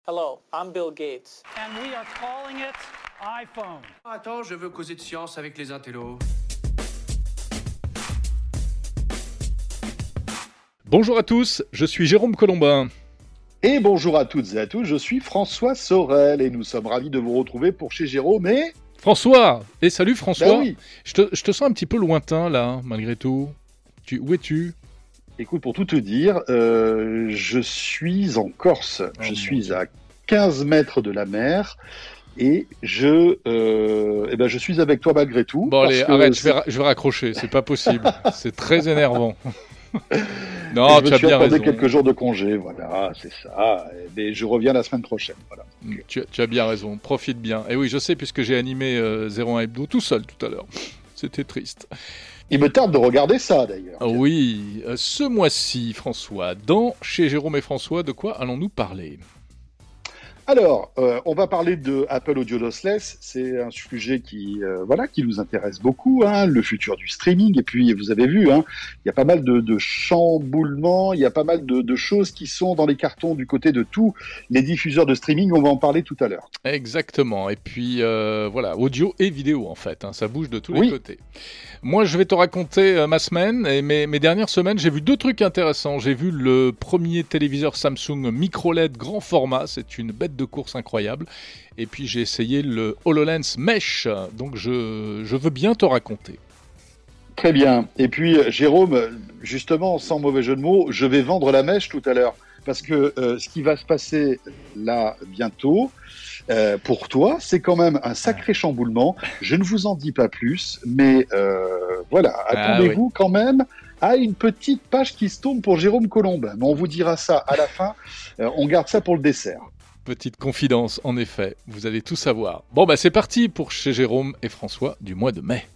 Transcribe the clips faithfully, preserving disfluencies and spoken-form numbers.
Hello, I'm Bill Gates. And we are calling it iPhone. Attends, je veux causer de science avec les intellos. Bonjour à tous, je suis Jérôme Colombin. Et bonjour à toutes et à tous, je suis François Sorel et nous sommes ravis de vous retrouver pour chez Jérôme et... François. Et salut François. Ben oui. je, te, je te sens un petit peu lointain là, malgré tout. Tu, où es-tu ? Écoute, pour tout te dire, euh, je suis en Corse. Oh, je suis Dieu. à quinze mètres de la mer et je, euh, eh ben, je suis avec toi malgré tout. Bon allez, arrête, je vais, ra- je vais raccrocher, c'est pas possible. C'est très énervant. Non, je tu me as suis bien accordé raison. quelques jours de congé, voilà, c'est ça. Mais je reviens la semaine prochaine. Voilà. Tu, tu as bien raison, profite bien. Et oui, je sais, puisque j'ai animé euh, zéro un Hebdo tout seul tout à l'heure. C'était triste. Il me tarde de regarder ça, d'ailleurs. Oui, euh, ce mois-ci, François, dans Chez Jérôme et François, de quoi allons-nous parler ? Alors, euh, on va parler de Apple Audio Lossless. C'est un sujet qui, euh, voilà, qui nous intéresse beaucoup, hein, le futur du streaming. Et puis, vous avez vu, hein, il y a pas mal de, de chamboulements, il y a pas mal de, de choses qui sont dans les cartons du côté de tous les diffuseurs de streaming. On va en parler tout à l'heure. Exactement. Et puis, euh, voilà, audio et vidéo, en fait. Hein, ça bouge de tous oui. les côtés. Moi, je vais te raconter euh, ma semaine et mes, mes dernières semaines. J'ai vu deux trucs intéressants. J'ai vu le premier téléviseur Samsung micro L E D grand format. C'est une bête de course incroyable. Et puis, j'ai essayé le HoloLens Mesh. Donc, je, je veux bien te raconter. Très bien. Et puis, Jérôme, justement, sans mauvais jeu de mots, je vais vendre la mèche tout à l'heure. Parce que euh, ce qui va se passer là bientôt, euh, pour toi, c'est quand même un sacré chamboulement. Je ne vous en dis pas plus, mais euh, voilà, attendez-vous ah, oui. quand même à une petite page qui se tourne pour Jérôme Colombin. Mais on vous dira ça à la fin. Euh, on garde ça pour le dessert. Petite confidence, en effet. Vous allez tout savoir. Bon, bah c'est parti pour Chez Jérôme et François du mois de mai.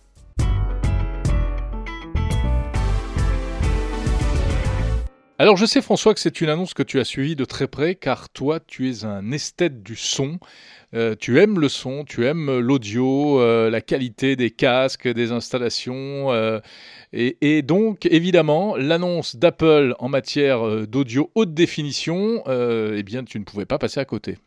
Alors je sais François que c'est une annonce que tu as suivie de très près car toi tu es un esthète du son, euh, tu aimes le son, tu aimes l'audio, euh, la qualité des casques, des installations euh, et, et donc évidemment l'annonce d'Apple en matière d'audio haute définition, euh, eh bien tu ne pouvais pas passer à côté.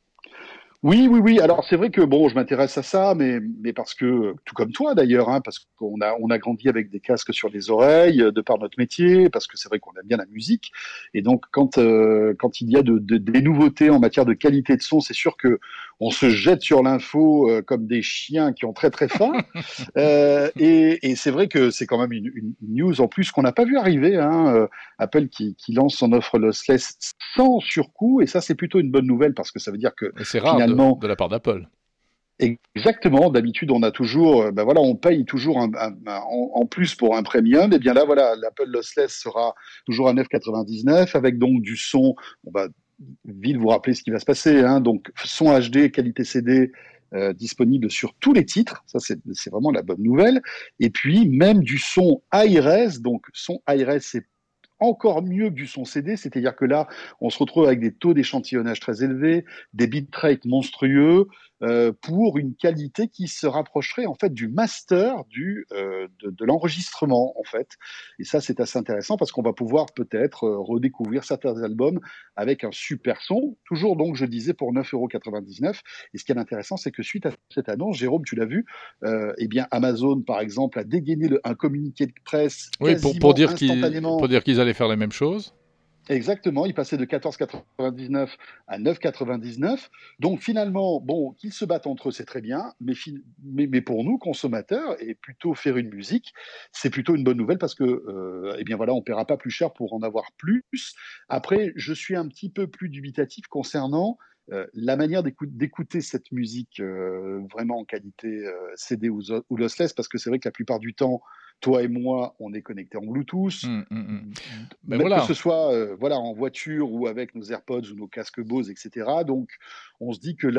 Oui, oui, oui. Alors c'est vrai que bon, je m'intéresse à ça, mais mais parce que tout comme toi d'ailleurs, hein, parce qu'on a on a grandi avec des casques sur les oreilles de par notre métier, parce que c'est vrai qu'on aime bien la musique, et donc quand euh, quand il y a de, de, des nouveautés en matière de qualité de son, c'est sûr que on se jette sur l'info euh, comme des chiens qui ont très très faim. euh, et, et c'est vrai que c'est quand même une, une news en plus qu'on n'a pas vu arriver. Hein, euh, Apple qui, qui lance son offre lossless sans surcoût, et ça c'est plutôt une bonne nouvelle parce que ça veut dire que et c'est rare finalement de, de la part d'Apple. Exactement. D'habitude, on a toujours, ben voilà, on paye toujours un, un, un, en, en plus pour un premium. Et bien là, voilà, l'Apple Lossless sera toujours à neuf euros quatre-vingt-dix-neuf avec donc du son. On va vite vous rappeler ce qui va se passer. Hein, donc son H D, qualité C D. Euh, disponible sur tous les titres, ça c'est, c'est vraiment la bonne nouvelle. Et puis même du son hi-res, donc son hi-res c'est encore mieux que du son C D, c'est-à-dire que là, on se retrouve avec des taux d'échantillonnage très élevés, des bitrates monstrueux, euh, pour une qualité qui se rapprocherait en fait du master du euh, de, de l'enregistrement en fait. Et ça, c'est assez intéressant parce qu'on va pouvoir peut-être euh, redécouvrir certains albums avec un super son, toujours donc je disais pour neuf euros quatre-vingt-dix-neuf. Et ce qui est intéressant, c'est que suite à cette annonce, Jérôme, tu l'as vu, euh, eh bien Amazon par exemple a dégainé le, un communiqué de presse oui, quasiment pour, pour dire instantanément. Qu'ils, pour dire qu'ils allaient faire la même chose. Exactement, il passait de quatorze euros quatre-vingt-dix-neuf à neuf euros quatre-vingt-dix-neuf. Donc finalement, bon, qu'ils se battent entre eux, c'est très bien, mais, mais, mais pour nous, consommateurs, et plutôt faire une musique, c'est plutôt une bonne nouvelle parce que, euh, eh bien voilà, on ne paiera pas plus cher pour en avoir plus. Après, je suis un petit peu plus dubitatif concernant euh, la manière d'écouter, d'écouter cette musique euh, vraiment en qualité euh, C D ou, ou lossless, parce que c'est vrai que la plupart du temps, toi et moi, on est connectés en Bluetooth. Mmh, mmh, mmh. Ben Même voilà. que ce soit euh, voilà, en voiture ou avec nos AirPods ou nos casques Bose, et cetera. Donc, on se dit que là,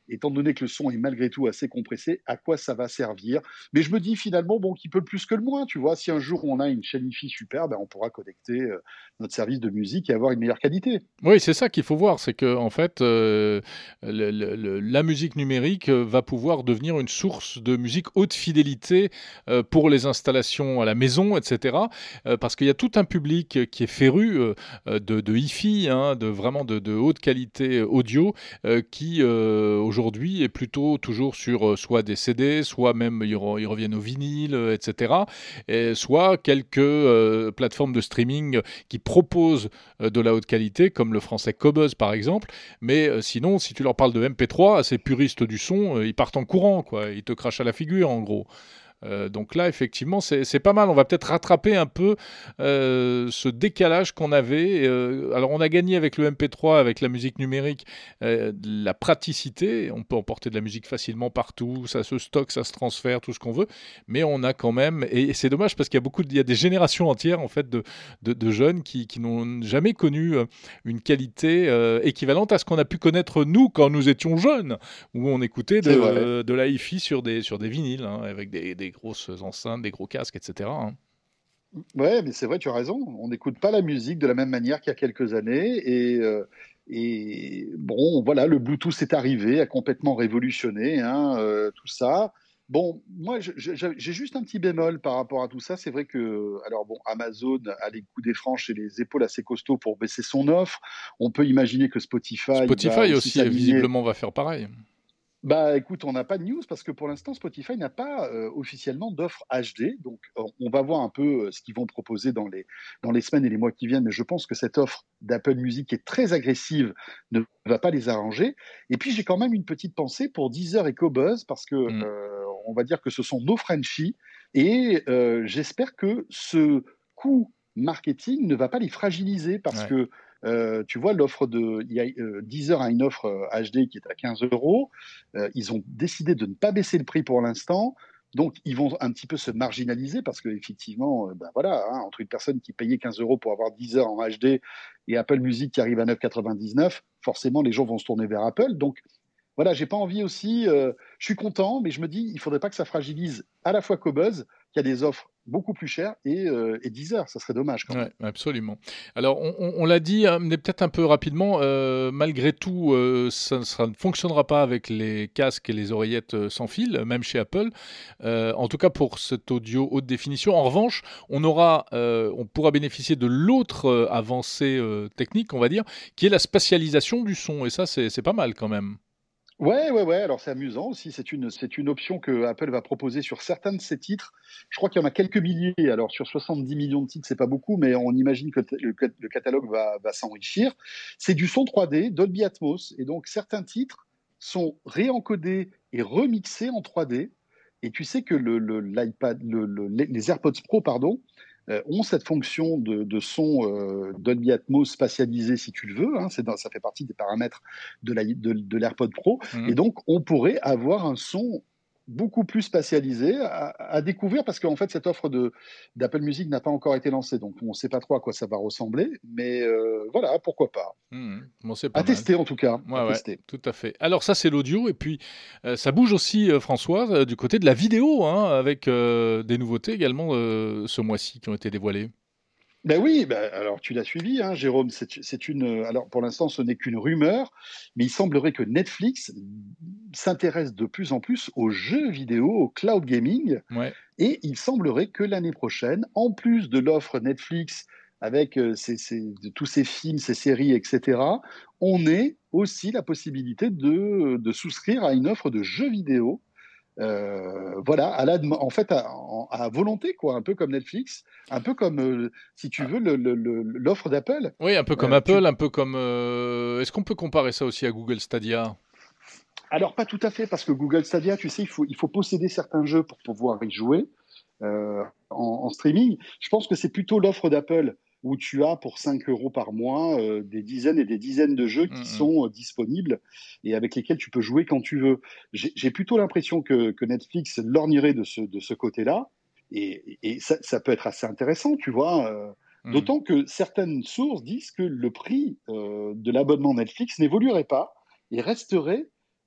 étant donné que le son est malgré tout assez compressé, à quoi ça va servir? Mais je me dis finalement, bon, qui peut le plus que le moins, tu vois? Si un jour on a une chaîne hi-fi super, ben, on pourra connecter, heu, notre service de musique et avoir une meilleure qualité. Oui, c'est ça qu'il faut voir, c'est que en fait, heu, le le le la musique numérique, heu, va pouvoir devenir une source de musique haute fidélité, heu, pour les installations à la maison et cetera. Heu, parce qu'il y a tout un public, heu, qui est féru, heu heu, de de hi-fi, hein, de vraiment de de haute qualité audio, heu, qui, heu, aujourd'hui est plutôt toujours sur, heu, soit des C D, soit même ils re ils reviennent au vinyle, heu, et cetera. Et soit quelques, heu, plateformes de streaming qui proposent, heu, de la haute qualité, comme le français Qobuz par exemple. Mais heu, sinon, si tu leur parles de M P trois, à ces puristes du son, heu, ils partent en courant, quoi. Ils te crachent à la figure, en gros. Heu, donc là, effectivement, c'est c'est pas mal. On va peut-être rattraper un peu, heu, ce décalage qu'on avait. Heu, alors on a gagné avec le M P trois, avec la musique numérique, heu, de la praticité. On peut emporter de la musique facilement partout, ça se stocke, ça se transfère, tout ce qu'on veut. Mais on a quand même et et c'est dommage parce qu'il y a beaucoup de il y a des générations entières, en fait, de de de jeunes qui qui n'ont jamais connu, heu, une qualité, heu, équivalente à ce qu'on a pu connaître nous, quand nous étions jeunes, où on écoutait C'est vrai. de de la hi-fi sur des sur des vinyles, hein, avec des des grosses enceintes, des gros casques et cetera, hein. Ouais, mais c'est vrai, tu as raison. On n'écoute pas la musique de la même manière qu'il y a quelques années et heu et bon, voilà, le Bluetooth est arrivé, a complètement révolutionné, hein, heu, tout ça. Bon, moi, je je je j'ai juste un petit bémol par rapport à tout ça. C'est vrai que, alors bon, Amazon a les coups des franches et les épaules assez costauds pour baisser son offre. On peut imaginer que Spotify va Spotify aussi aussi, s'aligner. visiblement, va faire pareil. Bah, écoute, on n'a pas de news parce que pour l'instant, Spotify n'a pas, heu, officiellement d'offre H D. Donc, on on va voir un peu, heu, ce qu'ils vont proposer dans les dans les semaines et les mois qui viennent. Mais je pense que cette offre d'Apple Music qui est très agressive, ne va pas les arranger. Et puis, j'ai quand même une petite pensée pour Deezer et Qobuz parce que, Mmh. heu, on va dire que ce sont nos Frenchies et heu, j'espère que ce coût marketing ne va pas les fragiliser parce Ouais. que, heu, tu vois, l'offre de il y a, heu, Deezer a une offre, heu, H D qui est à quinze euros. Heu, ils ont décidé de ne pas baisser le prix pour l'instant, donc ils vont un petit peu se marginaliser parce qu'effectivement, heu, bah, voilà, hein, entre une personne qui payait quinze euros pour avoir dix heures en H D et Apple Music qui arrive à neuf quatre-vingt-dix-neuf, forcément les gens vont se tourner vers Apple. Donc voilà, j'ai pas envie aussi, heu, je suis content, mais je me dis: «Il faudrait pas que ça fragilise à la fois Qobuz, qui a des offres beaucoup plus chères et heu et Deezer», ça serait dommage quand Ouais, même. absolument. Alors, on, on- on l'a dit, hein, mais peut-être un peu rapidement, euh, malgré tout, euh, ça, ne sera- ne fonctionnera pas avec les casques et les oreillettes euh, sans fil, même chez Apple. Euh, en tout cas, pour cet audio haute définition. En revanche, on aura, euh, on pourra bénéficier de l'autre euh, avancée euh, technique, on va dire, qui est la spatialisation du son. Et ça, c'est c'est pas mal quand même. Ouais, ouais, ouais, alors c'est amusant aussi, c'est une c'est une option que Apple va proposer sur certains de ses titres. Je crois qu'il y en a quelques milliers, alors sur soixante-dix millions de titres, c'est pas beaucoup, mais on imagine que t le cat le catalogue va va s'enrichir. C'est du son trois D, Dolby Atmos et donc certains titres sont réencodés et remixés en trois D et tu sais que le le l'iPad le le les les AirPods Pro, pardon, heu, ont cette fonction de de son, heu, Dolby Atmos spatialisé si tu le veux, hein, c'est dans ça fait partie des paramètres de la de de l'AirPod Pro et Mhm. donc, on pourrait avoir un son beaucoup plus spatialisé à, à découvrir parce qu'en fait, cette offre de d'Apple Music n'a pas encore été lancée. Donc, on ne sait pas trop à quoi ça va ressembler. Mais euh, voilà, pourquoi pas. Mhm. Bon, c'est pas À mal. tester en tout cas, à Ouais, ouais, tester. tout à fait. Alors ça, c'est l'audio. Et puis, euh, ça bouge aussi, euh, François, euh, du côté de la vidéo, hein, avec euh, des nouveautés également euh, ce mois-ci qui ont été dévoilées. Ben oui, ben alors tu l'as suivi, hein, Jérôme. C'est c'est une. Alors pour l'instant, ce n'est qu'une rumeur, mais il semblerait que Netflix s'intéresse de plus en plus aux jeux vidéo, au cloud gaming. Ouais. Et il semblerait que l'année prochaine, en plus de l'offre Netflix avec euh, ses- ses- de tous ces films, ces séries, et cetera, on ait aussi la possibilité de, de souscrire à une offre de jeux vidéo. Euh, voilà, à la, dem- en fait, à, en- à volonté, quoi, un peu comme Netflix, un peu comme, euh, si tu Ah, veux, le- le- le- l'offre d'Apple. oui, un peu comme Euh, Apple, tu, un peu comme... euh, Est-ce qu'on peut comparer ça aussi à Google Stadia? alors, pas tout à fait, parce que Google Stadia, tu sais, il faut, il faut posséder certains jeux pour pouvoir y jouer. euh, en, en streaming. Je pense que c'est plutôt l'offre d'Apple où tu as pour cinq euros par mois euh, des dizaines et des dizaines de jeux qui Mhm. sont euh, disponibles et avec lesquels tu peux jouer quand tu veux. J'ai j'ai plutôt l'impression que, que Netflix lorgnerait de ce, de ce côté-là et, et ça, ça peut être assez intéressant, tu vois. euh, Mhm. D'autant que certaines sources disent que le prix euh, de l'abonnement Netflix n'évoluerait pas et resterait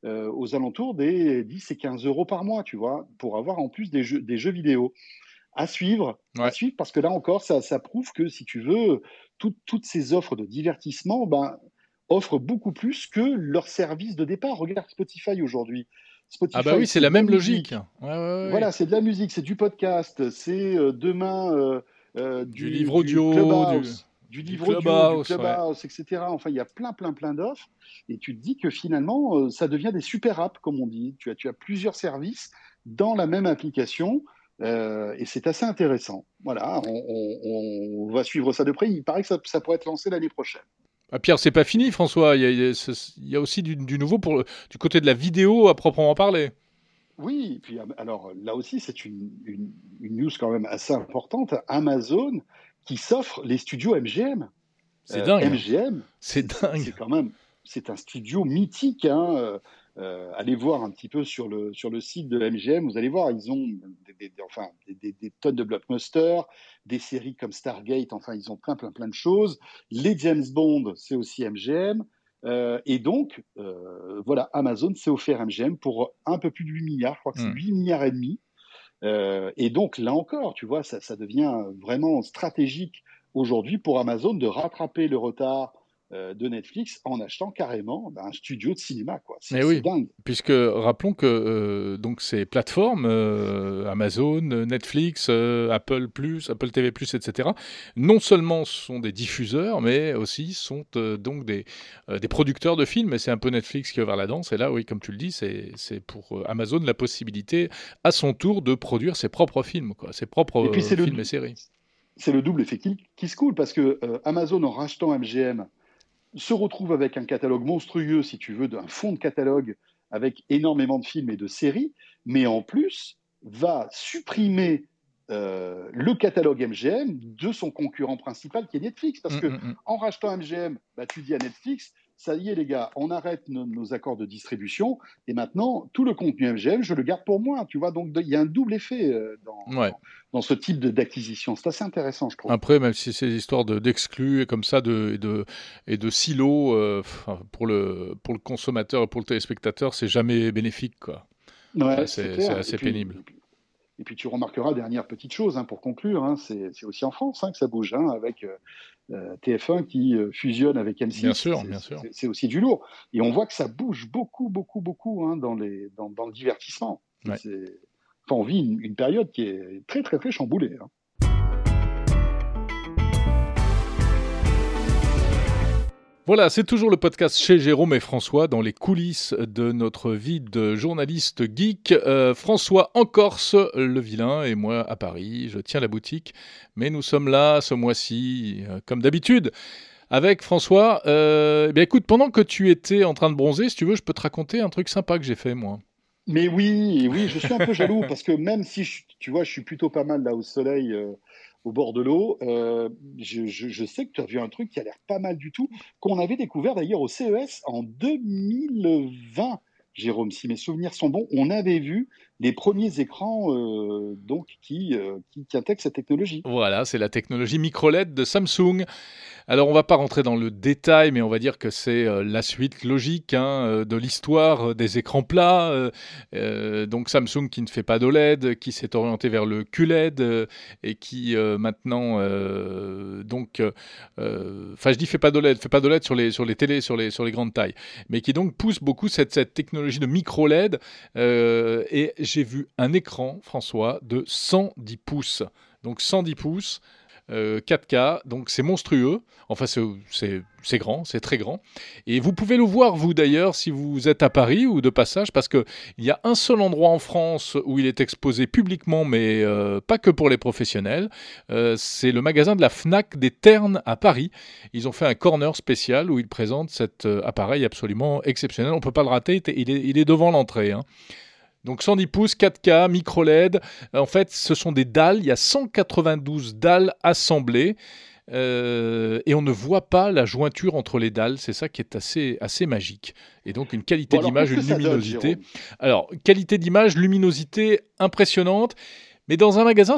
euh, aux alentours des dix et quinze euros par mois, tu vois, pour avoir en plus des jeux, des jeux vidéo. À suivre, à Ouais. suivre, parce que là encore, ça, ça prouve que si tu veux, tout- toutes ces offres de divertissement ben, offrent beaucoup plus que leur service de départ. Regarde Spotify aujourd'hui. Ah bah oui, Spotify, c'est c'est la de la même logique. musique. Ouais, ouais, ouais, ouais. Voilà, c'est de la musique, c'est du podcast, c'est euh, demain euh, euh, Du du, livre du audio, du, Clubhouse, du du livre audio, du Clubhouse, ouais. Clubhouse, et cetera. Enfin, il y a plein, plein, plein d'offres. Et tu te dis que finalement, euh, ça devient des super apps, comme on dit. Tu as, tu as plusieurs services dans la même application. euh, et c'est assez intéressant. Voilà, on, on- on va suivre ça de près. Il paraît que ça, ça pourrait être lancé l'année prochaine. Ah, Pierre, c'est pas fini, François. Il y a, il y a- ce- il y a aussi du, du nouveau pour le- du côté de la vidéo à proprement parler. Oui, et puis alors là aussi, c'est une, une, une news quand même assez importante. Amazon qui s'offre les studios M G M. C'est Euh, dingue. M G M, C'est c'est c'est- dingue. c'est quand même, c'est un studio mythique, hein. Euh, euh, allez voir un petit peu sur le, sur le site de M G M, vous allez voir, ils ont des, des- des- enfin, des, des- des tonnes de blockbusters, des séries comme Stargate, enfin, ils ont plein, plein, plein de choses. Les James Bond, c'est aussi M G M. Euh, et donc, euh, voilà, Amazon s'est offert M G M pour un peu plus de huit milliards, je crois que c'est Hmm. huit milliards et demi. Euh, et donc, là encore, tu vois, ça, ça devient vraiment stratégique aujourd'hui pour Amazon de rattraper le retard euh, de Netflix en achetant carrément ben, un studio de cinéma, quoi. C'est Eh c'est oui, dingue. puisque rappelons que euh, donc ces plateformes, euh, Amazon, Netflix, euh, Apple Plus, Apple T V Plus, et cetera, non seulement sont des diffuseurs, mais aussi sont euh, donc des, euh, des producteurs de films. Et c'est un peu Netflix qui a ouvert la danse. Et là, oui, comme tu le dis, c'est c'est pour euh, Amazon la possibilité, à son tour, de produire ses propres films, quoi, ses propres Et puis, euh, c'est le, films et séries. c'est le double effet qui, qui se coule parce que euh, Amazon, en rachetant M G M, se retrouve avec un catalogue monstrueux, si tu veux, d'un fond de catalogue avec énormément de films et de séries, mais en plus va supprimer euh, le catalogue M G M de son concurrent principal qui est Netflix. Parce Hum, que hum, hum. en rachetant M G M, bah, tu dis à Netflix, ça y est les gars, on arrête nos, nos accords de distribution et maintenant tout le contenu M G M, je le garde pour moi. Tu vois, donc il y a un double effet euh, dans, Ouais. dans, dans ce type de- d'acquisition. C'est assez intéressant, je trouve. Après, même si c'est des histoires de- d'exclus et comme ça, de, et, de, et de silos, euh, enfin, pour, le, pour le consommateur et pour le téléspectateur, c'est jamais bénéfique, quoi. Ouais, Ça, c'est c'est clair. c'est Et assez puis, pénible. et puis- et puis tu remarqueras, dernière petite chose, hein, pour conclure, hein, c'est c'est aussi en France hein, que ça bouge, hein, avec euh, euh, T F un qui euh, fusionne avec M six. Bien sûr, C'est- bien sûr. c'est- C'est aussi du lourd. Et on voit que ça bouge beaucoup, beaucoup, beaucoup hein, dans, les, dans, dans le divertissement. Et Ouais. c'est- Enfin, on vit une, une période qui est très, très, très chamboulée. Hein. Voilà, c'est toujours le podcast chez Jérôme et François dans les coulisses de notre vie de journaliste geek. Euh, François en Corse, le vilain, et moi à Paris. Je tiens la boutique, mais nous sommes là ce mois-ci, euh, comme d'habitude. Avec François, euh, eh bien écoute, pendant que tu étais en train de bronzer, si tu veux, je peux te raconter un truc sympa que j'ai fait, moi. Mais oui, oui, je suis un peu jaloux parce que même si, je- tu vois, je suis plutôt pas mal là au soleil, euh, au bord de l'eau, euh, je, je- je sais que tu as vu un truc qui a l'air pas mal du tout, qu'on avait découvert d'ailleurs au C E S en deux mille vingt, Jérôme, si mes souvenirs sont bons. On avait vu les premiers écrans euh, donc, qui, euh, qui, qui intègrent cette technologie. Voilà, c'est la technologie micro L E D de Samsung. Alors, on va pas rentrer dans le détail, mais on va dire que c'est euh, la suite logique hein, euh, de l'histoire euh, des écrans plats. Euh, euh, donc, Samsung qui ne fait pas d'O L E D, qui s'est orienté vers le Q L E D euh, et qui euh, maintenant, euh, donc, enfin, euh, je dis fait pas d'O L E D, fait pas d'O L E D sur les sur les télés, sur les sur les grandes tailles, mais qui donc pousse beaucoup cette cette technologie de micro L E D. Euh, et j'ai vu un écran, François, de cent dix pouces. Donc, cent dix pouces. Euh, quatre K, donc c'est monstrueux, enfin c'est, c'est, c'est grand, c'est très grand, et vous pouvez le voir vous d'ailleurs si vous êtes à Paris ou de passage, parce qu'il y a un seul endroit en France où il est exposé publiquement, mais euh, pas que pour les professionnels, euh, c'est le magasin de la Fnac des Ternes à Paris. Ils ont fait un corner spécial où ils présentent cet euh, appareil absolument exceptionnel, on ne peut pas le rater, il est, il est devant l'entrée, hein. Donc cent dix pouces, quatre K, micro L E D. En fait, ce sont des dalles. Il y a cent quatre-vingt-douze dalles assemblées. Euh, et on ne voit pas la jointure entre les dalles. C'est ça qui est assez, assez magique. Et donc une qualité Bon, alors, d'image, qu'est-ce une que ça donne, luminosité. Jérôme ? Alors, qualité d'image, luminosité impressionnante. Mais dans un magasin, c'est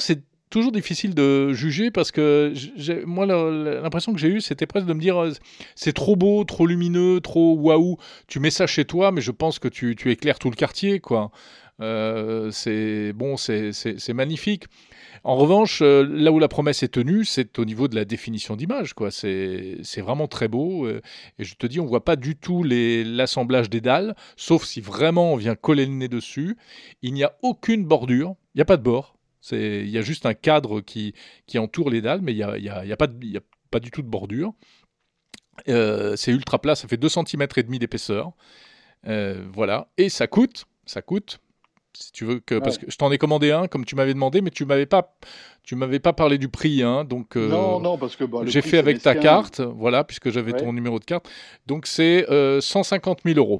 toujours difficile de juger parce que j'ai, moi, la- l'impression que j'ai eue, c'était presque de me dire euh, c'est trop beau, trop lumineux, trop waouh. Tu mets ça chez toi, mais je pense que tu, tu éclaires tout le quartier, quoi. Euh, c'est bon, c'est c'est- c'est magnifique. En revanche, euh, là où la promesse est tenue, c'est au niveau de la définition d'image, quoi. C'est c'est vraiment très beau. euh, et je te dis, on voit pas du tout les- l'assemblage des dalles, sauf si vraiment on vient coller le nez dessus. Il n'y a aucune bordure, il n'y a pas de bord. C'est, il y a juste un cadre qui, qui entoure les dalles, mais il n'y a, il y a, il y a pas de- il y a pas du tout de bordure. Euh, c'est ultra plat, ça fait deux centimètres et demi d'épaisseur. Euh, voilà. Et ça coûte, ça coûte, si tu veux que, parce Ouais. que je t'en ai commandé un, comme tu m'avais demandé, mais tu m'avais pas, tu m'avais pas parlé du prix, hein, donc Non, euh, non, parce que bah, le j'ai prix, fait c'est avec ta mesquin. carte, voilà, puisque j'avais ton Ouais. numéro de carte. Donc c'est euh, cent cinquante mille euros.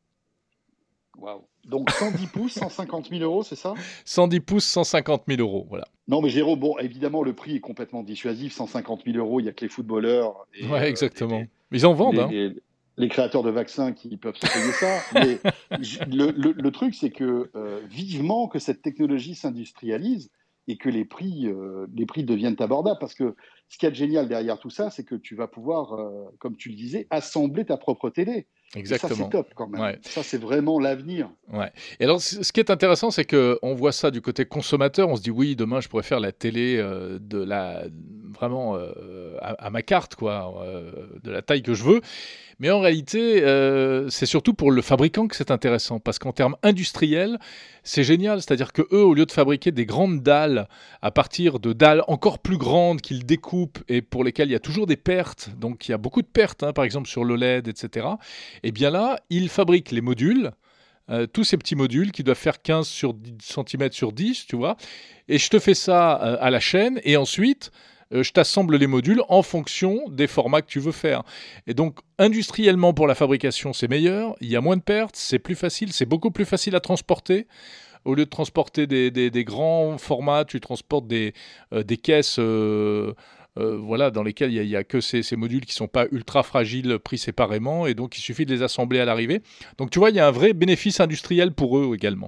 Waouh. Donc cent dix pouces, cent cinquante mille euros, c'est ça? cent dix pouces, cent cinquante mille euros, voilà. Non, mais Jérôme, bon, évidemment, le prix est complètement dissuasif. cent cinquante mille euros, il n'y a que les footballeurs et Ouais, euh, exactement. les, Mais ils en vendent, les, hein. les- les créateurs de vaccins qui peuvent se payer ça. Mais j- le, le- le truc, c'est que euh, vivement que cette technologie s'industrialise et que les prix, euh, les prix deviennent abordables. Parce que ce qu'il y a de génial derrière tout ça, c'est que tu vas pouvoir, euh, comme tu le disais, assembler ta propre télé. Et ça, c'est Exactement. top quand même. Ouais. Ça, c'est vraiment l'avenir. Ouais. Et alors, c- ce qui est intéressant, c'est que on voit ça du côté consommateur. On se dit, oui, demain, je pourrais faire la télé euh, de la vraiment euh, à, à ma carte, quoi, euh, de la taille que je veux. Mais en réalité, euh, c'est surtout pour le fabricant que c'est intéressant, parce qu'en termes industriels, c'est génial. C'est-à-dire que eux, au lieu de fabriquer des grandes dalles à partir de dalles encore plus grandes qu'ils découpent et pour lesquelles il y a toujours des pertes, donc il y a beaucoup de pertes, hein, par exemple sur l'O L E D, et cetera. Et bien là, ils fabriquent les modules. Euh, tous ces petits modules qui doivent faire quinze sur dix centimètres sur dix, tu vois. Et je te fais ça euh, à la chaîne, et ensuite, euh, je t'assemble les modules en fonction des formats que tu veux faire. Et donc, industriellement, pour la fabrication, c'est meilleur, il y a moins de pertes, c'est plus facile, c'est beaucoup plus facile à transporter. Au lieu de transporter des, des- des grands formats, tu transportes des, euh, des caisses euh, euh, voilà, dans lesquelles il n'y a, a que ces, ces modules qui ne sont pas ultra fragiles pris séparément, et donc il suffit de les assembler à l'arrivée. Donc tu vois, il y a un vrai bénéfice industriel pour eux également.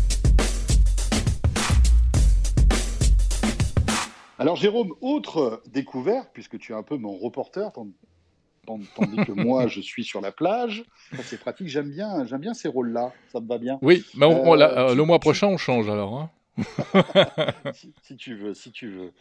Alors Jérôme, autre découverte, puisque tu es un peu mon reporter, tandis tandis que moi je suis sur la plage, ça c'est pratique, j'aime bien, j'aime bien ces rôles-là, ça me va bien. Oui, mais on- on l'a- Euh, euh, tu- le mois tu- prochain, on change alors, hein. si, si tu veux, si tu veux.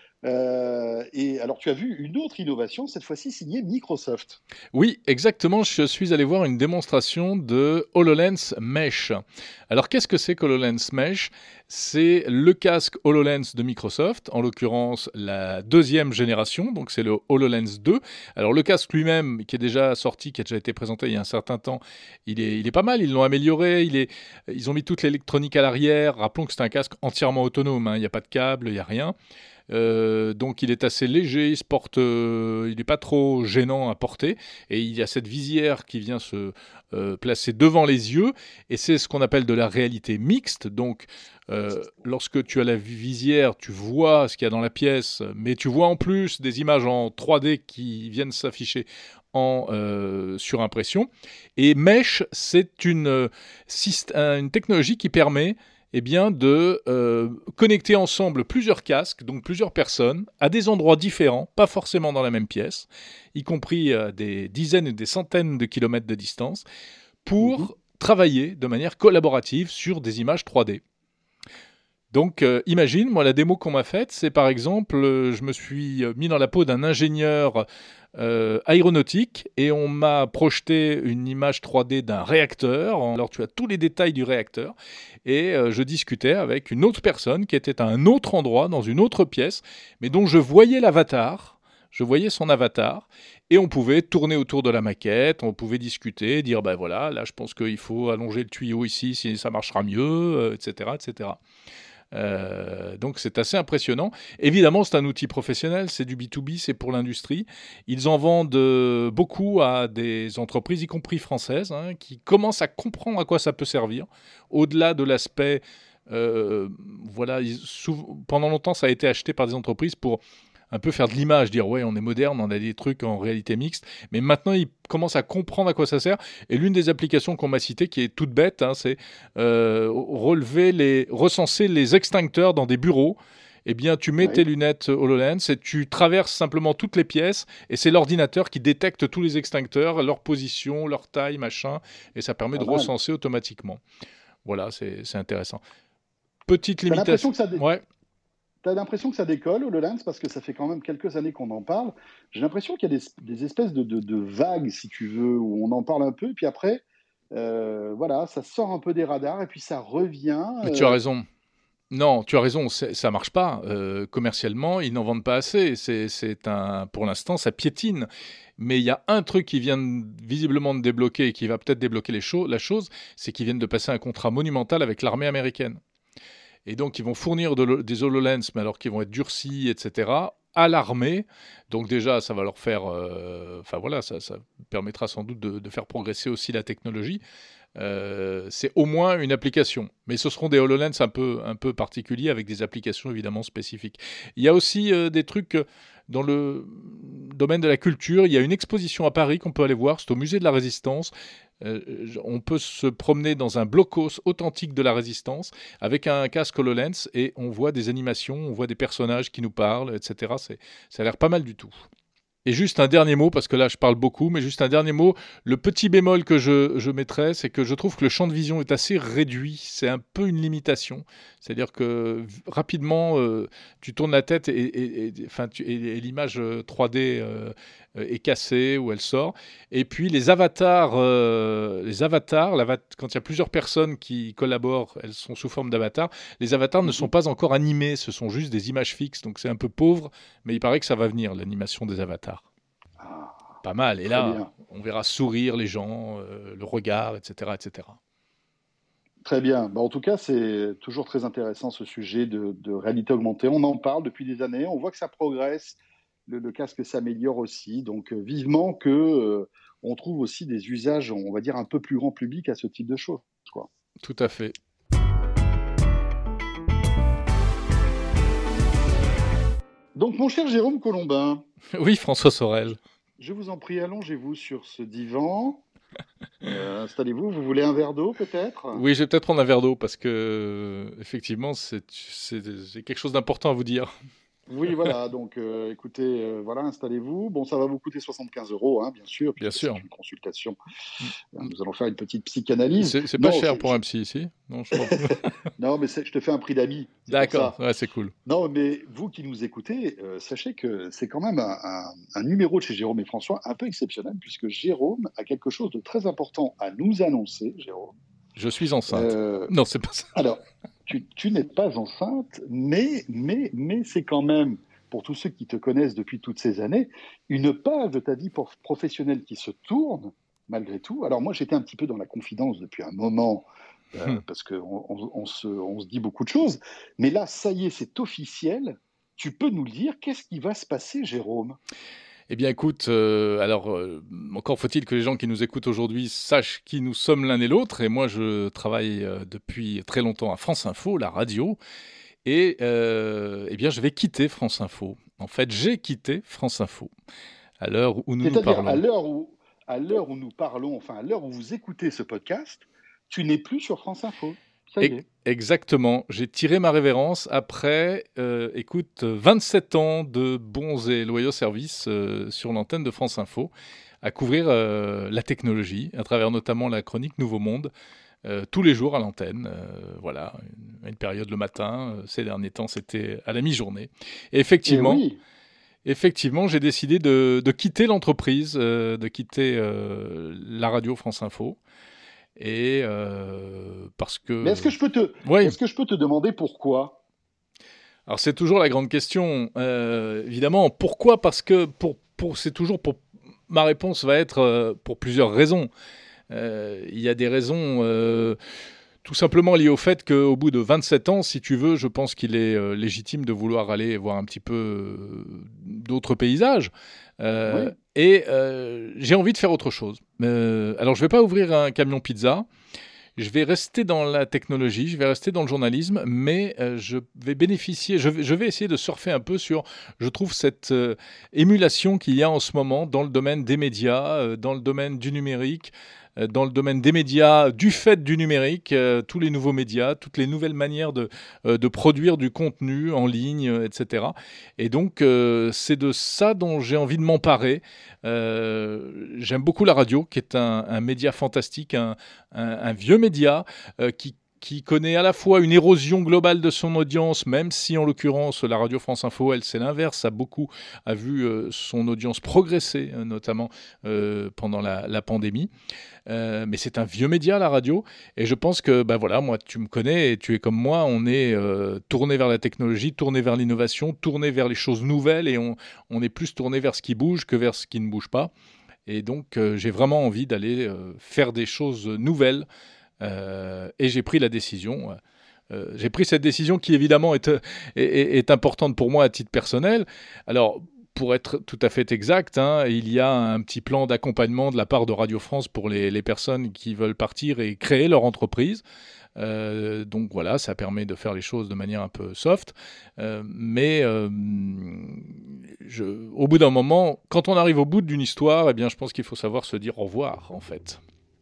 Euh, et alors tu as vu une autre innovation, cette fois-ci signée Microsoft. Oui, exactement. Je suis allé voir une démonstration de HoloLens Mesh. Alors, qu'est-ce que c'est qu'HoloLens Mesh? C'est le casque HoloLens de Microsoft, en l'occurrence la deuxième génération, donc c'est le HoloLens deux. Alors, le casque lui-même, qui est déjà sorti, qui a déjà été présenté il y a un certain temps, il est, il est pas mal. Ils l'ont amélioré. Il est, ils ont mis toute l'électronique à l'arrière. Rappelons que c'est un casque entièrement autonome, hein. Il n'y a pas de câble, il n'y a rien. Euh, donc il est assez léger, il se porte, euh, il n'est pas trop gênant à porter, et il y a cette visière qui vient se euh, placer devant les yeux, et c'est ce qu'on appelle de la réalité mixte. Donc euh, lorsque tu as la visière, tu vois ce qu'il y a dans la pièce, mais tu vois en plus des images en trois D qui viennent s'afficher en euh, surimpression. Et Mesh, c'est une, euh, syst- une technologie qui permet eh bien, de euh, connecter ensemble plusieurs casques, donc plusieurs personnes, à des endroits différents, pas forcément dans la même pièce, y compris à des dizaines et des centaines de kilomètres de distance, pour Mhm. travailler de manière collaborative sur des images trois D. Donc, euh, imagine, moi, la démo qu'on m'a faite, c'est par exemple, euh, je me suis euh, mis dans la peau d'un ingénieur euh, aéronautique et on m'a projeté une image trois D d'un réacteur. Alors, tu as tous les détails du réacteur et euh, je discutais avec une autre personne qui était à un autre endroit, dans une autre pièce, mais dont je voyais l'avatar. Je voyais son avatar et on pouvait tourner autour de la maquette, on pouvait discuter, dire ben voilà, là je pense qu'il faut allonger le tuyau ici, si ça marchera mieux, euh, et cetera, et cetera. Euh, donc c'est assez impressionnant. Évidemment, c'est un outil professionnel, c'est du B deux B, c'est pour l'industrie. Ils en vendent euh, beaucoup à des entreprises, y compris françaises, hein, qui commencent à comprendre à quoi ça peut servir, au-delà de l'aspect... Euh, voilà, ils, sou- pendant longtemps, ça a été acheté par des entreprises pour un peu faire de l'image, dire ouais, on est moderne, on a des trucs en réalité mixte, mais maintenant ils commencent à comprendre à quoi ça sert. Et l'une des applications qu'on m'a citée, qui est toute bête, hein, c'est euh, relever les, recenser les extincteurs dans des bureaux. eh bien, tu mets Ouais. tes lunettes HoloLens et tu traverses simplement toutes les pièces et c'est l'ordinateur qui détecte tous les extincteurs, leur position, leur taille, machin, et ça permet Pas de mal. recenser automatiquement. Voilà, c'est c'est intéressant. Petite T'as l'impression limitation. que ça, dé- Ouais. t'as l'impression que ça décolle, HoloLens, parce que ça fait quand même quelques années qu'on en parle. J'ai l'impression qu'il y a des, des espèces de, de- de vagues, si tu veux, où on en parle un peu, et puis après, euh, voilà, ça sort un peu des radars, et puis ça revient. Mais tu as euh, raison. Non, tu as raison, c'est- ça marche pas. Euh, commercialement, ils n'en vendent pas assez. C'est, c'est un, pour l'instant, ça piétine. Mais il y a un truc qui vient de- visiblement de débloquer et qui va peut-être débloquer les cho- la chose, c'est qu'ils viennent de passer un contrat monumental avec l'armée américaine. Et donc, ils vont fournir de l'Ho- des HoloLens, mais alors qu'ils vont être durcis, et cetera, à l'armée. Donc déjà, ça va leur faire... euh, Enfin voilà, ça, ça permettra sans doute de, de faire progresser aussi la technologie. Euh, c'est au moins une application. Mais ce seront des HoloLens un peu, un peu particuliers avec des applications évidemment spécifiques. Il y a aussi euh, des trucs euh, dans le domaine de la culture. Il y a une exposition à Paris qu'on peut aller voir. C'est au musée de la Résistance. Euh, on peut se promener dans un blocos authentique de la Résistance avec un casque HoloLens et on voit des animations, on voit des personnages qui nous parlent, et cetera. C'est, ça a l'air pas mal du tout. Et juste un dernier mot, parce que là je parle beaucoup, mais juste un dernier mot. Le petit bémol que je, je mettrais, c'est que je trouve que le champ de vision est assez réduit. C'est un peu une limitation. C'est-à-dire que v- rapidement, euh, tu tournes la tête et, et- et- enfin, tu- et- et l'image euh, trois D euh, euh, est cassée ou elle sort. Et puis les avatars, euh, les avatars l'avat- quand il y a plusieurs personnes qui collaborent, elles sont sous forme d'avatars. Les avatars ne sont pas encore animés, ce sont juste des images fixes. Donc c'est un peu pauvre, mais il paraît que ça va venir, l'animation des avatars. ah, Pas mal. Et très là, bien. on verra sourire les gens, euh, le regard, et cetera, et cetera. Très bien. Bah, en tout cas, c'est toujours très intéressant ce sujet de, de réalité augmentée. On en parle depuis des années. On voit que ça progresse. Le, le casque s'améliore aussi. Donc, euh, vivement que euh, on trouve aussi des usages, on va dire, un peu plus grand public à ce type de choses, quoi. Tout à fait. Donc, mon cher Jérôme Colombin, Oui, François Sorel. je vous en prie, allongez-vous sur ce divan. Euh, installez-vous. Vous voulez un verre d'eau, peut-être? Oui, je vais peut-être prendre un verre d'eau parce que, euh, effectivement, c'est, c'est, j'ai quelque chose d'important à vous dire. Oui, voilà. Donc, euh, écoutez, euh, voilà, installez-vous. Bon, ça va vous coûter soixante-quinze euros, hein, bien sûr, Bien puisque sûr. c'est une consultation. Euh, Nous allons faire une petite psychanalyse. C'est, c'est pas Non, cher je- pour je- un psy ici. Non, je crois pas. non, mais c'est- je te fais un prix d'amis. c'est pour D'accord, ça. ouais, c'est cool. Non, mais vous qui nous écoutez, euh, sachez que c'est quand même un, un- un numéro de chez Jérôme et François un peu exceptionnel, puisque Jérôme a quelque chose de très important à nous annoncer, Jérôme. Je suis enceinte. Euh, Non, c'est pas ça. alors, tu, tu n'es pas enceinte, mais, mais, mais c'est quand même, pour tous ceux qui te connaissent depuis toutes ces années, une page de ta vie prof- professionnelle qui se tourne, malgré tout. Alors moi, j'étais un petit peu dans la confidence depuis un moment, euh, Hmm. parce qu'on on, on se, on se dit beaucoup de choses. Mais là, ça y est, c'est officiel. Tu peux nous le dire, qu'est-ce qui va se passer, Jérôme? Eh bien, écoute, euh, alors, euh, encore faut-il que les gens qui nous écoutent aujourd'hui sachent qui nous sommes l'un et l'autre. Et moi, je travaille euh, depuis très longtemps à France Info, la radio. Et euh, eh bien, je vais quitter France Info. En fait, j'ai quitté France Info à l'heure où nous nous C'est-à-dire, parlons. à l'heure où, à l'heure où nous parlons, enfin, à l'heure où vous écoutez ce podcast, tu n'es plus sur France Info. Ça y E- est. Exactement. J'ai tiré ma révérence après, euh, écoute, vingt-sept ans de bons et loyaux services euh, sur l'antenne de France Info, à couvrir euh, la technologie, à travers notamment la chronique Nouveau Monde, euh, tous les jours à l'antenne. euh, voilà, une, une période le matin. euh, ces derniers temps, c'était à la mi-journée. Et Et effectivement, oui, effectivement, j'ai décidé de, de quitter l'entreprise, euh, de quitter euh, la radio France Info. Et euh, parce que... mais est-ce que je peux te, Ouais. est-ce que je peux te demander pourquoi? Alors c'est toujours la grande question. Euh, évidemment, pourquoi? Parce que pour, pour, c'est toujours pour... Ma réponse va être euh, pour plusieurs raisons. Euh, Il y a des raisons euh, tout simplement liées au fait qu'au bout de vingt-sept ans, si tu veux, je pense qu'il est euh, légitime de vouloir aller voir un petit peu euh, d'autres paysages. Euh, Oui. Et euh, j'ai envie de faire autre chose. Euh, alors je ne vais pas ouvrir un camion pizza. Je vais rester dans la technologie, je vais rester dans le journalisme, mais euh, je vais bénéficier, je vais, je vais essayer de surfer un peu sur, je trouve, cette euh, émulation qu'il y a en ce moment dans le domaine des médias, euh, dans le domaine du numérique, euh, dans le domaine des médias du fait du numérique, euh, tous les nouveaux médias, toutes les nouvelles manières de, euh, de produire du contenu en ligne, euh, et cetera. Et donc, euh, c'est de ça dont j'ai envie de m'emparer. Euh, j'aime beaucoup la radio, qui est un, un média fantastique, un, un, un vieux média euh, qui qui connaît à la fois une érosion globale de son audience, même si en l'occurrence la radio France Info, elle c'est l'inverse, a beaucoup a vu euh, son audience progresser, euh, notamment euh, pendant la, la pandémie. Euh, mais c'est un vieux média la radio, et je pense que bah voilà, moi tu me connais et tu es comme moi, on est euh, tourné vers la technologie, tourné vers l'innovation, tourné vers les choses nouvelles, et on, on est plus tourné vers ce qui bouge que vers ce qui ne bouge pas. Et donc euh, j'ai vraiment envie d'aller euh, faire des choses nouvelles. Euh, et j'ai pris la décision. Euh, j'ai pris cette décision qui évidemment est, est, est importante pour moi à titre personnel. Alors, pour être tout à fait exact, hein, il y a un petit plan d'accompagnement de la part de Radio France pour les, les personnes qui veulent partir et créer leur entreprise. Euh, donc voilà, ça permet de faire les choses de manière un peu soft. Euh, mais euh, je, au bout d'un moment, quand on arrive au bout d'une histoire, eh bien, je pense qu'il faut savoir se dire au revoir, en fait.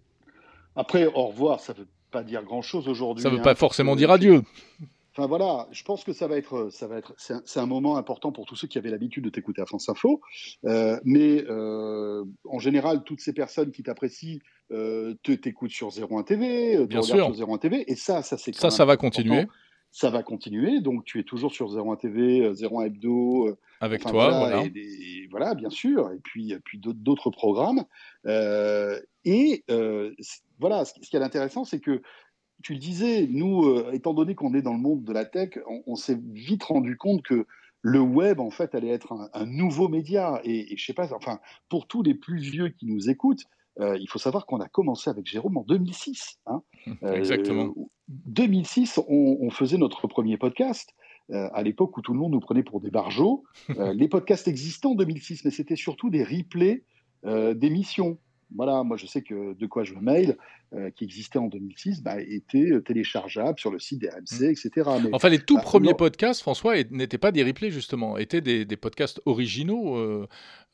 Après, au revoir, ça ne veut pas dire grand-chose aujourd'hui. Ça ne veut hein, pas forcément que, dire adieu. Enfin voilà, je pense que ça va être, ça va être, c'est un, c'est un moment important pour tous ceux qui avaient l'habitude de t'écouter à France Info. Euh, mais euh, en général, toutes ces personnes qui t'apprécient euh, te t'écoutent sur zéro un T V, te Bien regardent sûr. sur zéro un T V, et ça, ça c'est quand Ça, même ça va important. continuer. Ça va continuer, donc tu es toujours sur zéro un T V, zéro un Hebdo. Euh, Avec enfin, toi, voilà. voilà. Et, et voilà, bien sûr, et puis, et puis d'autres, d'autres programmes. Euh, et euh, voilà, ce, ce qui est intéressant, c'est que tu le disais, nous, euh, étant donné qu'on est dans le monde de la tech, on, on s'est vite rendu compte que le web, en fait, allait être un, un nouveau média. Et, et je sais pas, enfin, pour tous les plus vieux qui nous écoutent, euh, il faut savoir qu'on a commencé avec Jérôme en deux mille six. Hein. Euh, Exactement. deux mille six, on, on faisait notre premier podcast. Euh, à l'époque où tout le monde nous prenait pour des barjots. Euh, les podcasts existaient en deux mille six, mais c'était surtout des replays euh, d'émissions. Voilà, moi je sais que De quoi je me mail, euh, qui existait en deux mille six, bah, était téléchargeable sur le site des R M C, et cetera. Mais, enfin, les tout bah, premiers non, podcasts, François, et- n'étaient pas des replays, justement, étaient des, des podcasts originaux, euh,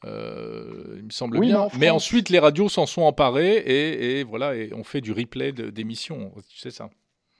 euh, il me semble oui, mais bien. en Mais France, ensuite, les radios s'en sont emparées et, et voilà, et on fait du replay de- d'émissions, c'est ça.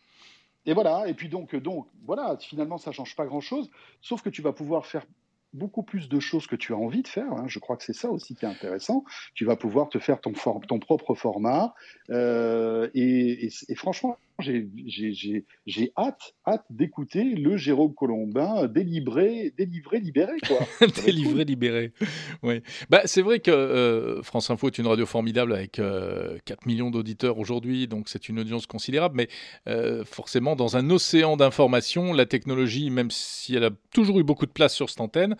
et voilà, et puis donc, donc voilà, finalement ça change pas grand-chose, sauf que tu vas pouvoir faire beaucoup plus de choses que tu as envie de faire. Hein. Je crois que c'est ça aussi qui est intéressant. Tu vas pouvoir te faire ton, for- ton propre format. Euh, et, et- et franchement, j'ai j'ai- j'ai- j'ai hâte, hâte d'écouter le Jérôme Colombin délivré, délivré, libéré, quoi. Ça va être Délivré, cool. libéré. Oui. Bah, c'est vrai que euh, France Info est une radio formidable avec euh, quatre millions d'auditeurs aujourd'hui, donc c'est une audience considérable, mais euh, forcément, dans un océan d'informations, la technologie, même si elle a toujours eu beaucoup de place sur cette antenne,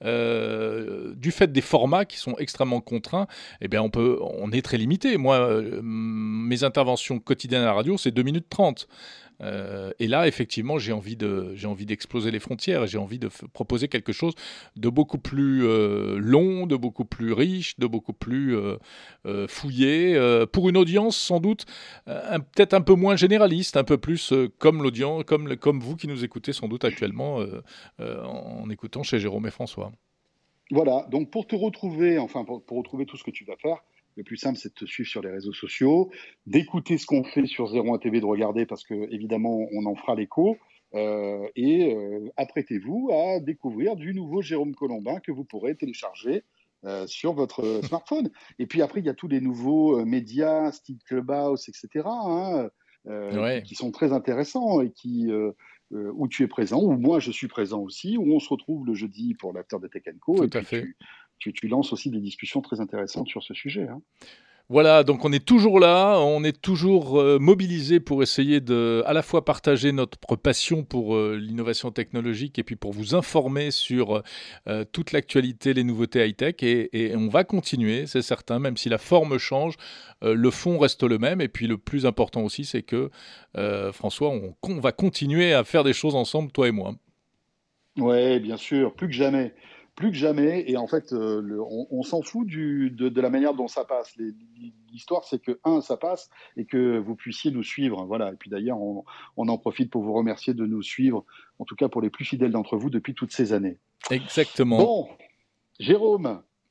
euh, du fait des formats qui sont extrêmement contraints, eh bien, on, peut, on est très limité. Moi, euh, mes interventions quotidiennes à la radio, c'est deux minutes trente. Euh, et là, effectivement, j'ai envie de, j'ai envie d'exploser les frontières. J'ai envie de f- proposer quelque chose de beaucoup plus euh, long, de beaucoup plus riche, de beaucoup plus euh, euh, fouillé, euh, pour une audience sans doute euh, un- peut-être un peu moins généraliste, un peu plus euh, comme l'audience, comme, le- comme vous qui nous écoutez sans doute actuellement euh, euh, en écoutant chez Jérôme et François. Voilà, donc pour te retrouver, enfin pour, pour retrouver tout ce que tu vas faire, le plus simple c'est de te suivre sur les réseaux sociaux, d'écouter ce qu'on fait sur zéro un T V, de regarder parce que évidemment on en fera l'écho, euh, et euh, apprêtez-vous à découvrir du nouveau Jérôme Colombin que vous pourrez télécharger euh, sur votre smartphone. Et puis après il y a tous les nouveaux euh, médias, style Clubhouse, et cetera, hein, euh, qui, Ouais, qui sont très intéressants et qui euh, euh, où tu es présent, où moi je suis présent aussi, où on se retrouve le jeudi pour l'after de Tech Co. tout Et à puis fait. tu, tu, tu lances aussi des discussions très intéressantes sur ce sujet. Hein. Voilà, donc on est toujours là, on est toujours euh, mobilisé pour essayer de à la fois partager notre passion pour euh, l'innovation technologique et puis pour vous informer sur euh, toute l'actualité, les nouveautés high-tech et, et on va continuer, c'est certain, même si la forme change, euh, le fond reste le même et puis le plus important aussi c'est que euh, François, on, on va continuer à faire des choses ensemble, toi et moi. Ouais, bien sûr, plus que jamais. Plus que jamais. Et en fait, euh, le- on, on s'en fout du, de, de la manière dont ça passe. Les- L'histoire, c'est que, un, ça passe et que vous puissiez nous suivre. Voilà. Et puis d'ailleurs, on, on en profite pour vous remercier de nous suivre, en tout cas pour les plus fidèles d'entre vous, depuis toutes ces années. Exactement. Bon, Jérôme,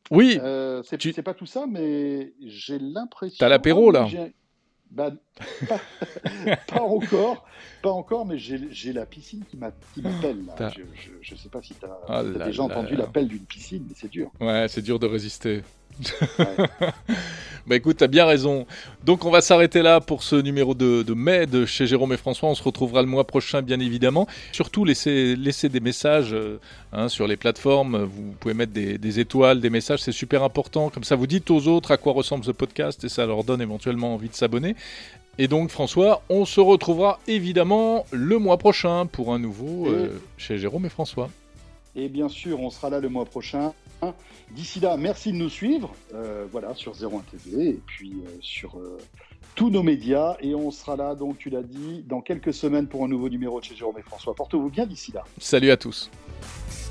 Oui, Euh, c'est tu c'est pas tout ça, mais j'ai l'impression. as l'apéro, Ah là. oui, j'ai- bah, pas, pas encore, pas encore, mais j'ai j'ai la piscine qui m'a- qui m'appelle là. T'as- Je, je, je sais pas si tu as, Ah là déjà là. entendu l'appel d'une piscine, mais c'est dur. Ouais, c'est dur de résister. Ouais. Bah écoute, t'as bien raison. Donc on va s'arrêter là pour ce numéro de, de mai de chez Jérôme et François. On se retrouvera le mois prochain, bien évidemment. Surtout, laissez, laissez des messages euh, hein, sur les plateformes. Vous pouvez mettre des, des étoiles, des messages, c'est super important. Comme ça, vous dites aux autres à quoi ressemble ce podcast et ça leur donne éventuellement envie de s'abonner. Et donc, François, on se retrouvera évidemment le mois prochain pour un nouveau euh, chez Jérôme et François. Et bien sûr, on sera là le mois prochain. D'ici là, merci de nous suivre, euh, voilà, sur zéro un T V et puis euh, sur euh, tous nos médias. Et on sera là, donc tu l'as dit, dans quelques semaines pour un nouveau numéro de chez Jérôme et François. Portez-vous bien d'ici là. Salut à tous.